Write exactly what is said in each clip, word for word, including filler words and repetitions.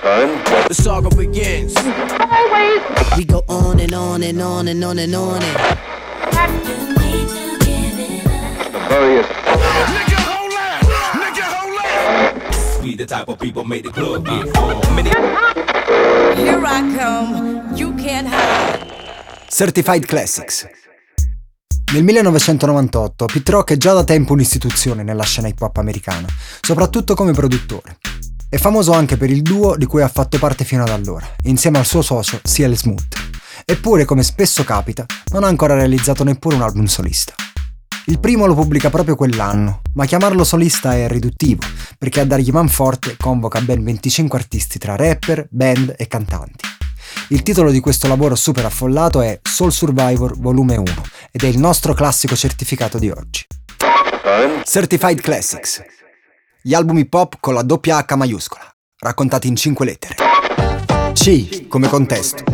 The saga begins. Always. We go on and on and on and on and on and. Nigga, hold up. Nigga, hold up. We the type of people make the club get full. Here I come. You can't hide. Certified Classics. Nel millenovecentonovantotto Pete Rock è già da tempo un'istituzione nella scena hip hop americana, soprattutto come produttore. È famoso anche per il duo di cui ha fatto parte fino ad allora, insieme al suo socio C L Smooth. Eppure, come spesso capita, non ha ancora realizzato neppure un album solista. Il primo lo pubblica proprio quell'anno, ma chiamarlo solista è riduttivo, perché a dargli manforte convoca ben venticinque artisti tra rapper, band e cantanti. Il titolo di questo lavoro super affollato è Soul Survivor volume uno ed è il nostro classico certificato di oggi. Certified Classics. Gli album hip hop con la doppia H maiuscola, raccontati in cinque lettere. C come contesto.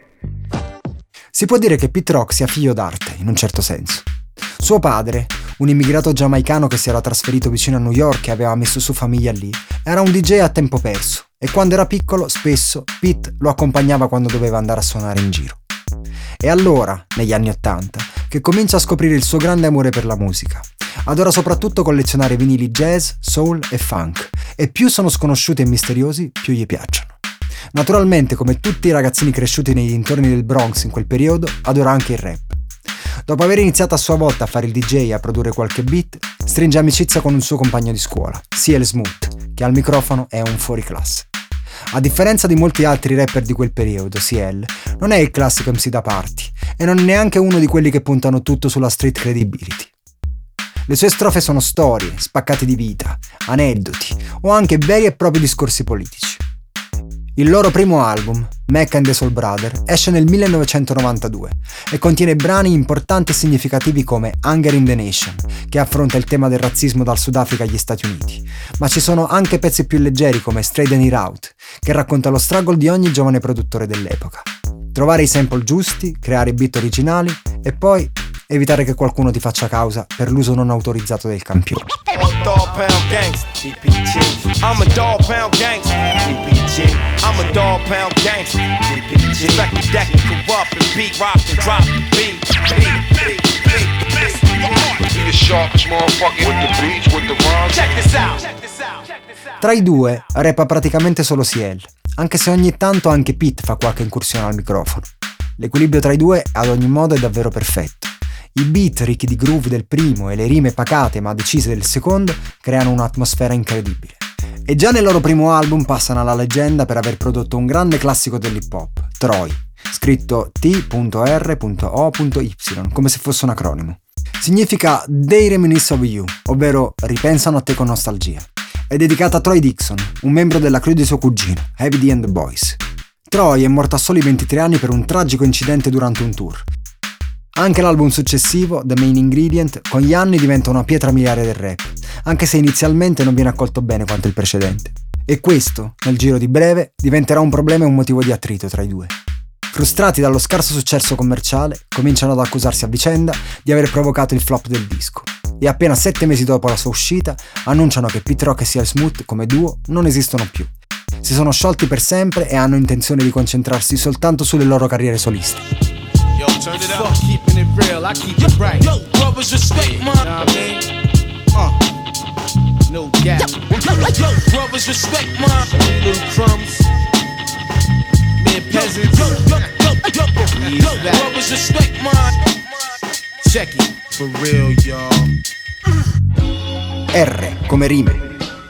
Si può dire che Pete Rock sia figlio d'arte, in un certo senso. Suo padre, un immigrato giamaicano che si era trasferito vicino a New York e aveva messo su famiglia lì, era un D J a tempo perso e quando era piccolo spesso Pete lo accompagnava quando doveva andare a suonare in giro. È allora, negli anni Ottanta, che comincia a scoprire il suo grande amore per la musica. Adora soprattutto collezionare vinili jazz, soul e funk, e più sono sconosciuti e misteriosi, più gli piacciono. Naturalmente, come tutti i ragazzini cresciuti nei dintorni del Bronx in quel periodo, adora anche il rap. Dopo aver iniziato a sua volta a fare il D J e a produrre qualche beat, stringe amicizia con un suo compagno di scuola, C L Smooth, che al microfono è un fuoriclasse. A differenza di molti altri rapper di quel periodo, C L non è il classico M C da party e non è neanche uno di quelli che puntano tutto sulla street credibility. Le sue strofe sono storie, spaccati di vita, aneddoti o anche veri e propri discorsi politici. Il loro primo album, Mac and the Soul Brother, esce nel millenovecentonovantadue e contiene brani importanti e significativi come Hunger in the Nation, che affronta il tema del razzismo dal Sudafrica agli Stati Uniti, ma ci sono anche pezzi più leggeri come Straighten It Out, che racconta lo struggle di ogni giovane produttore dell'epoca. Trovare i sample giusti, creare beat originali e poi evitare che qualcuno ti faccia causa per l'uso non autorizzato del campione. Tra i due rappa praticamente solo C L, anche se ogni tanto anche Pete fa qualche incursione al microfono. L'equilibrio tra i due ad ogni modo è davvero perfetto. I beat ricchi di groove del primo e le rime pacate ma decise del secondo creano un'atmosfera incredibile. E già nel loro primo album passano alla leggenda per aver prodotto un grande classico dell'hip hop, Troy, scritto T R O Y, come se fosse un acronimo. Significa They Reminisce of You, ovvero ripensano a te con nostalgia. È dedicata a Troy Dixon, un membro della crew di suo cugino, Heavy D and the Boys. Troy è morto a soli ventitré anni per un tragico incidente durante un tour. Anche l'album successivo, The Main Ingredient, con gli anni diventa una pietra miliare del rap, anche se inizialmente non viene accolto bene quanto il precedente. E questo, nel giro di breve, diventerà un problema e un motivo di attrito tra i due. Frustrati dallo scarso successo commerciale, cominciano ad accusarsi a vicenda di aver provocato il flop del disco. E appena sette mesi dopo la sua uscita, annunciano che Pete Rock e C L Smooth, come duo, non esistono più. Si sono sciolti per sempre e hanno intenzione di concentrarsi soltanto sulle loro carriere soliste. Yo, turn it up. Keeping it real, I keep it right. Yo, brothers respect mine. Know what I mean? Uh, no gap. Yo, brothers respect mine. Little crumbs. Men peasants. Yo, yo, yo, yo, yo, brothers respect mine. Check it, for real, y'all. R come rime.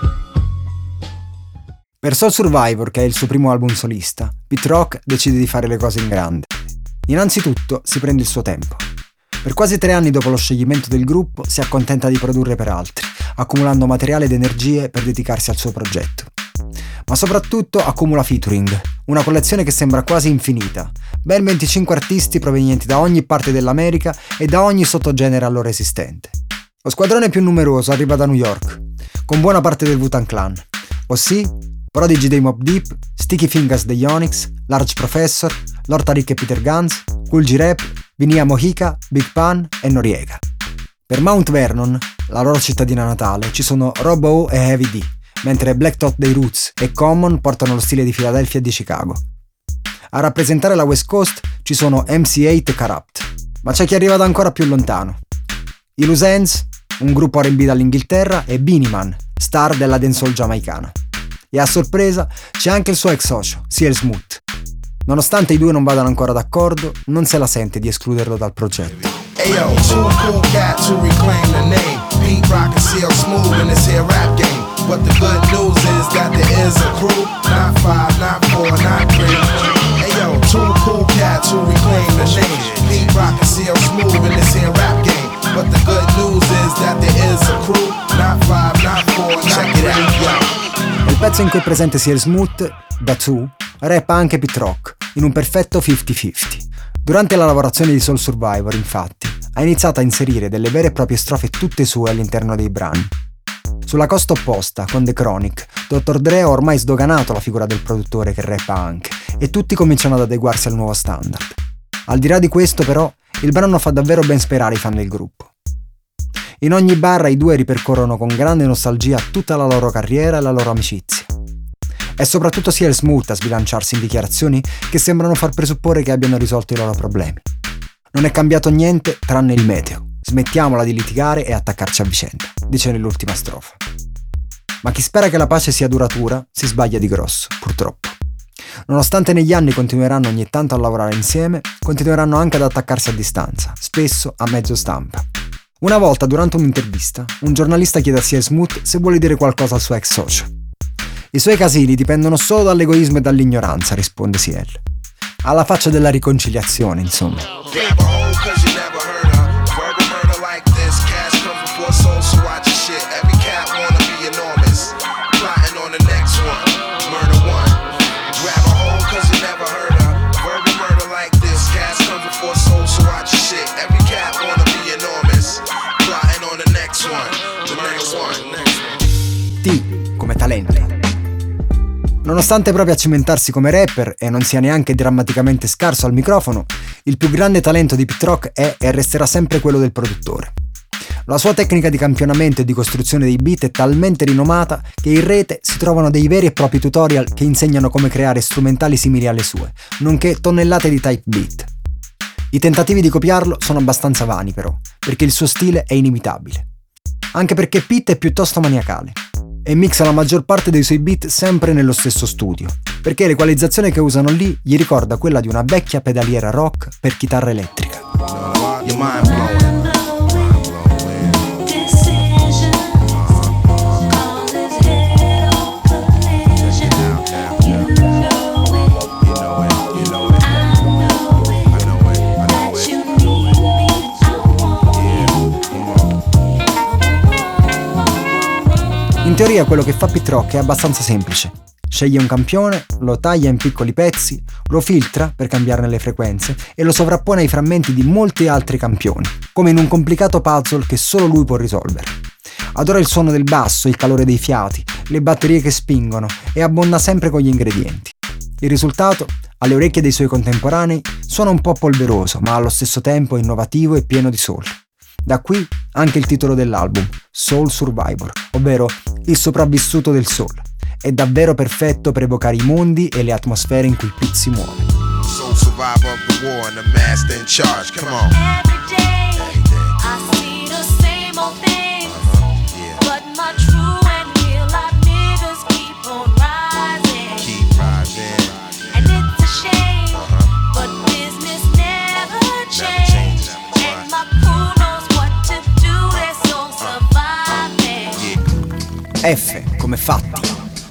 Per Soul Survivor, che è il suo primo album solista, Pete Rock decide di fare le cose in grande. Innanzitutto si prende il suo tempo. Per quasi tre anni dopo lo scioglimento del gruppo si accontenta di produrre per altri, accumulando materiale ed energie per dedicarsi al suo progetto. Ma soprattutto accumula featuring, una collezione che sembra quasi infinita, ben venticinque artisti provenienti da ogni parte dell'America e da ogni sottogenere allora esistente. Lo squadrone più numeroso arriva da New York, con buona parte del Wu-Tang Clan, ossia Prodigy dei Mobb Deep, Sticky Fingers degli Onyx, Large Professor, Lord Tariq e Peter Guns, Kool G Rap, Vinia Mojica, Big Pun e Noriega. Per Mount Vernon, la loro cittadina natale, ci sono Rob O e Heavy D, mentre Black Thought dei Roots e Common portano lo stile di Philadelphia e di Chicago. A rappresentare la West Coast ci sono M C eight e Corrupt, ma c'è chi arriva da ancora più lontano. I Loose Ends, un gruppo R and B dall'Inghilterra, e Beenie Man, star della dancehall giamaicana. E a sorpresa c'è anche il suo ex socio, C L Smooth. Nonostante i due non vadano ancora d'accordo, non se la sente di escluderlo dal progetto. Hey yo, two cool cats who reclaim the name. Pete Rock and C L Smooth in this here rap game. But the good news is that there is a crew, not five, not four, not three. Hey yo, two cool cats who reclaim the name. Pete Rock and C L Smooth in this here rap game. But the good news is that there is a crew, not five, not four, not check it out, yo. Nel pezzo in cui è presente C L Smooth, da Two, rappa anche Pete Rock, in un perfetto cinquanta cinquanta. Durante la lavorazione di Soul Survivor, infatti, ha iniziato a inserire delle vere e proprie strofe tutte sue all'interno dei brani. Sulla costa opposta, con The Chronic, dottor Dre ha ormai sdoganato la figura del produttore che rappa anche, e tutti cominciano ad adeguarsi al nuovo standard. Al di là di questo, però, il brano fa davvero ben sperare i fan del gruppo. In ogni barra i due ripercorrono con grande nostalgia tutta la loro carriera e la loro amicizia. È soprattutto C L Smooth a sbilanciarsi in dichiarazioni che sembrano far presupporre che abbiano risolto i loro problemi. Non è cambiato niente tranne il meteo. Smettiamola di litigare e attaccarci a vicenda, dice nell'ultima strofa. Ma chi spera che la pace sia duratura si sbaglia di grosso, purtroppo. Nonostante negli anni continueranno ogni tanto a lavorare insieme, continueranno anche ad attaccarsi a distanza, spesso a mezzo stampa. Una volta, durante un'intervista, un giornalista chiede a C L Smooth se vuole dire qualcosa al suo ex socio. I suoi casini dipendono solo dall'egoismo e dall'ignoranza, risponde C L. Alla faccia della riconciliazione, insomma. T come talento. Nonostante provi a cimentarsi come rapper e non sia neanche drammaticamente scarso al microfono, il più grande talento di Pete Rock è e resterà sempre quello del produttore. La sua tecnica di campionamento e di costruzione dei beat è talmente rinomata che in rete si trovano dei veri e propri tutorial che insegnano come creare strumentali simili alle sue, nonché tonnellate di type beat. I tentativi di copiarlo sono abbastanza vani però, perché il suo stile è inimitabile. Anche perché Pete è piuttosto maniacale e mixa la maggior parte dei suoi beat sempre nello stesso studio, perché l'equalizzazione che usano lì gli ricorda quella di una vecchia pedaliera rock per chitarra elettrica. In teoria quello che fa Pete Rock è abbastanza semplice. Sceglie un campione, lo taglia in piccoli pezzi, lo filtra per cambiarne le frequenze e lo sovrappone ai frammenti di molti altri campioni, come in un complicato puzzle che solo lui può risolvere. Adora il suono del basso, il calore dei fiati, le batterie che spingono e abbonda sempre con gli ingredienti. Il risultato, alle orecchie dei suoi contemporanei, suona un po' polveroso, ma allo stesso tempo innovativo e pieno di soul. Da qui anche il titolo dell'album, Soul Survivor, ovvero il sopravvissuto del soul. È davvero perfetto per evocare i mondi e le atmosfere in cui Pete si muove. Soul survivor of the war and the master in charge, come on. Every day, Every day. I see the same old things, uh-huh. yeah. But my true and real life niggas keep on rising. Keep rising. And it's a shame, uh-huh. but business never changes. And my crew knows what to do, they're soul surviving. Yeah. F come fatti.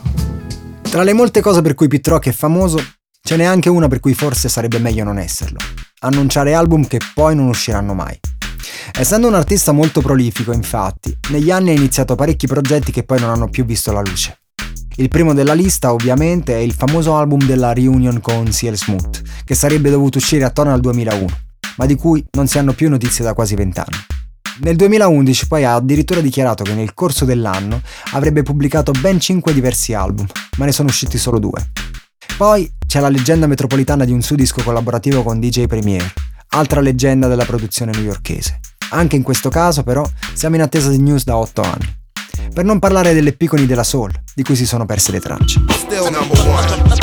Tra le molte cose per cui Pete Rock è famoso, ce n'è anche una per cui forse sarebbe meglio non esserlo: annunciare album che poi non usciranno mai. Essendo un artista molto prolifico, infatti, negli anni ha iniziato parecchi progetti che poi non hanno più visto la luce. Il primo della lista, ovviamente, è il famoso album della reunion con C L Smooth, che sarebbe dovuto uscire attorno al duemilauno, ma di cui non si hanno più notizie da quasi vent'anni. Nel duemilaundici poi ha addirittura dichiarato che nel corso dell'anno avrebbe pubblicato ben cinque diversi album, ma ne sono usciti solo due. Poi c'è la leggenda metropolitana di un suo disco collaborativo con D J Premier, altra leggenda della produzione newyorkese. Anche in questo caso però siamo in attesa di news da otto anni. Per non parlare dell'epiconi della soul, di cui si sono perse le tracce. Still number one.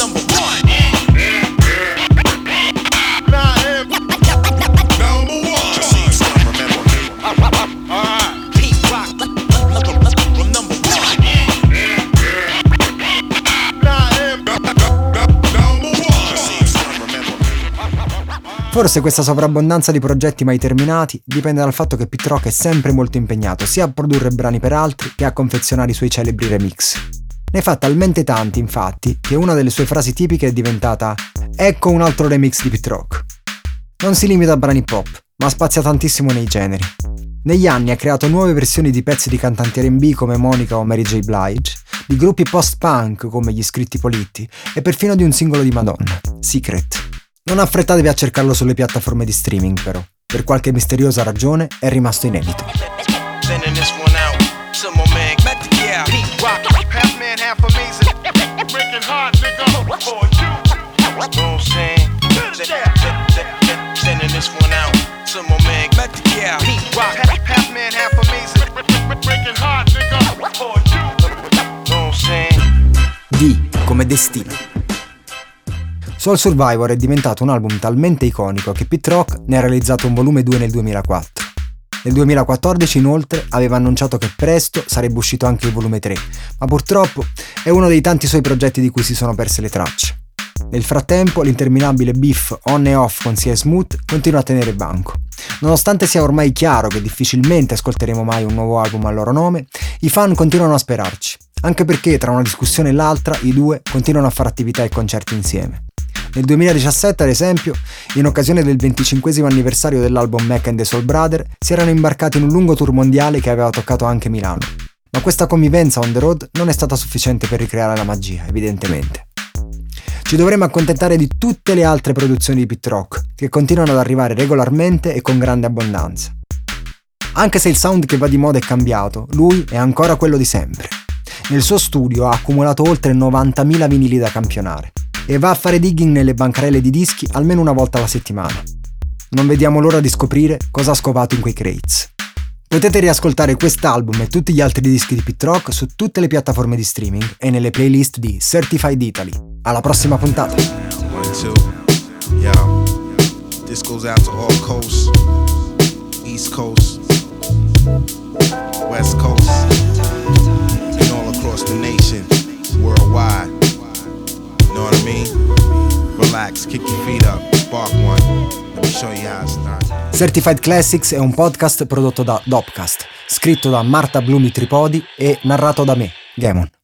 Forse questa sovrabbondanza di progetti mai terminati dipende dal fatto che Pete Rock è sempre molto impegnato sia a produrre brani per altri che a confezionare i suoi celebri remix. Ne fa talmente tanti, infatti, che una delle sue frasi tipiche è diventata «Ecco un altro remix di Pete Rock». Non si limita a brani pop, ma spazia tantissimo nei generi. Negli anni ha creato nuove versioni di pezzi di cantanti erre and bi come Monica o Mary J. Blige, di gruppi post-punk come gli Scritti Politti e perfino di un singolo di Madonna, Secret. Non affrettatevi a cercarlo sulle piattaforme di streaming, però. Per qualche misteriosa ragione è rimasto inedito. D come destino. Soul Survivor è diventato un album talmente iconico che Pete Rock ne ha realizzato un volume due nel duemilaquattro. Nel duemilaquattordici inoltre aveva annunciato che presto sarebbe uscito anche il volume tre, ma purtroppo è uno dei tanti suoi progetti di cui si sono perse le tracce. Nel frattempo l'interminabile beef on e off con C S Smooth continua a tenere banco. Nonostante sia ormai chiaro che difficilmente ascolteremo mai un nuovo album al loro nome, i fan continuano a sperarci, anche perché tra una discussione e l'altra i due continuano a fare attività e concerti insieme. Nel duemiladiciassette, ad esempio, in occasione del venticinquesimo anniversario dell'album Mac and the Soul Brother, si erano imbarcati in un lungo tour mondiale che aveva toccato anche Milano. Ma questa convivenza on the road non è stata sufficiente per ricreare la magia, evidentemente. Ci dovremmo accontentare di tutte le altre produzioni di Pete Rock, che continuano ad arrivare regolarmente e con grande abbondanza. Anche se il sound che va di moda è cambiato, lui è ancora quello di sempre. Nel suo studio ha accumulato oltre novantamila vinili da campionare e va a fare digging nelle bancarelle di dischi almeno una volta alla settimana. Non vediamo l'ora di scoprire cosa ha scovato in quei crates. Potete riascoltare quest'album e tutti gli altri dischi di Pete Rock su tutte le piattaforme di streaming e nelle playlist di Certified Italy. Alla prossima puntata! One, two, yo. This goes out to all coasts, East Coast, West Coast, and all across the nation, worldwide. You know what I mean? Relax, kick your feet up, spark one. Let me show you how it's done. Certified Classics è un podcast prodotto da Dopcast, scritto da Marta Blumi Tripodi e narrato da me, Gamon.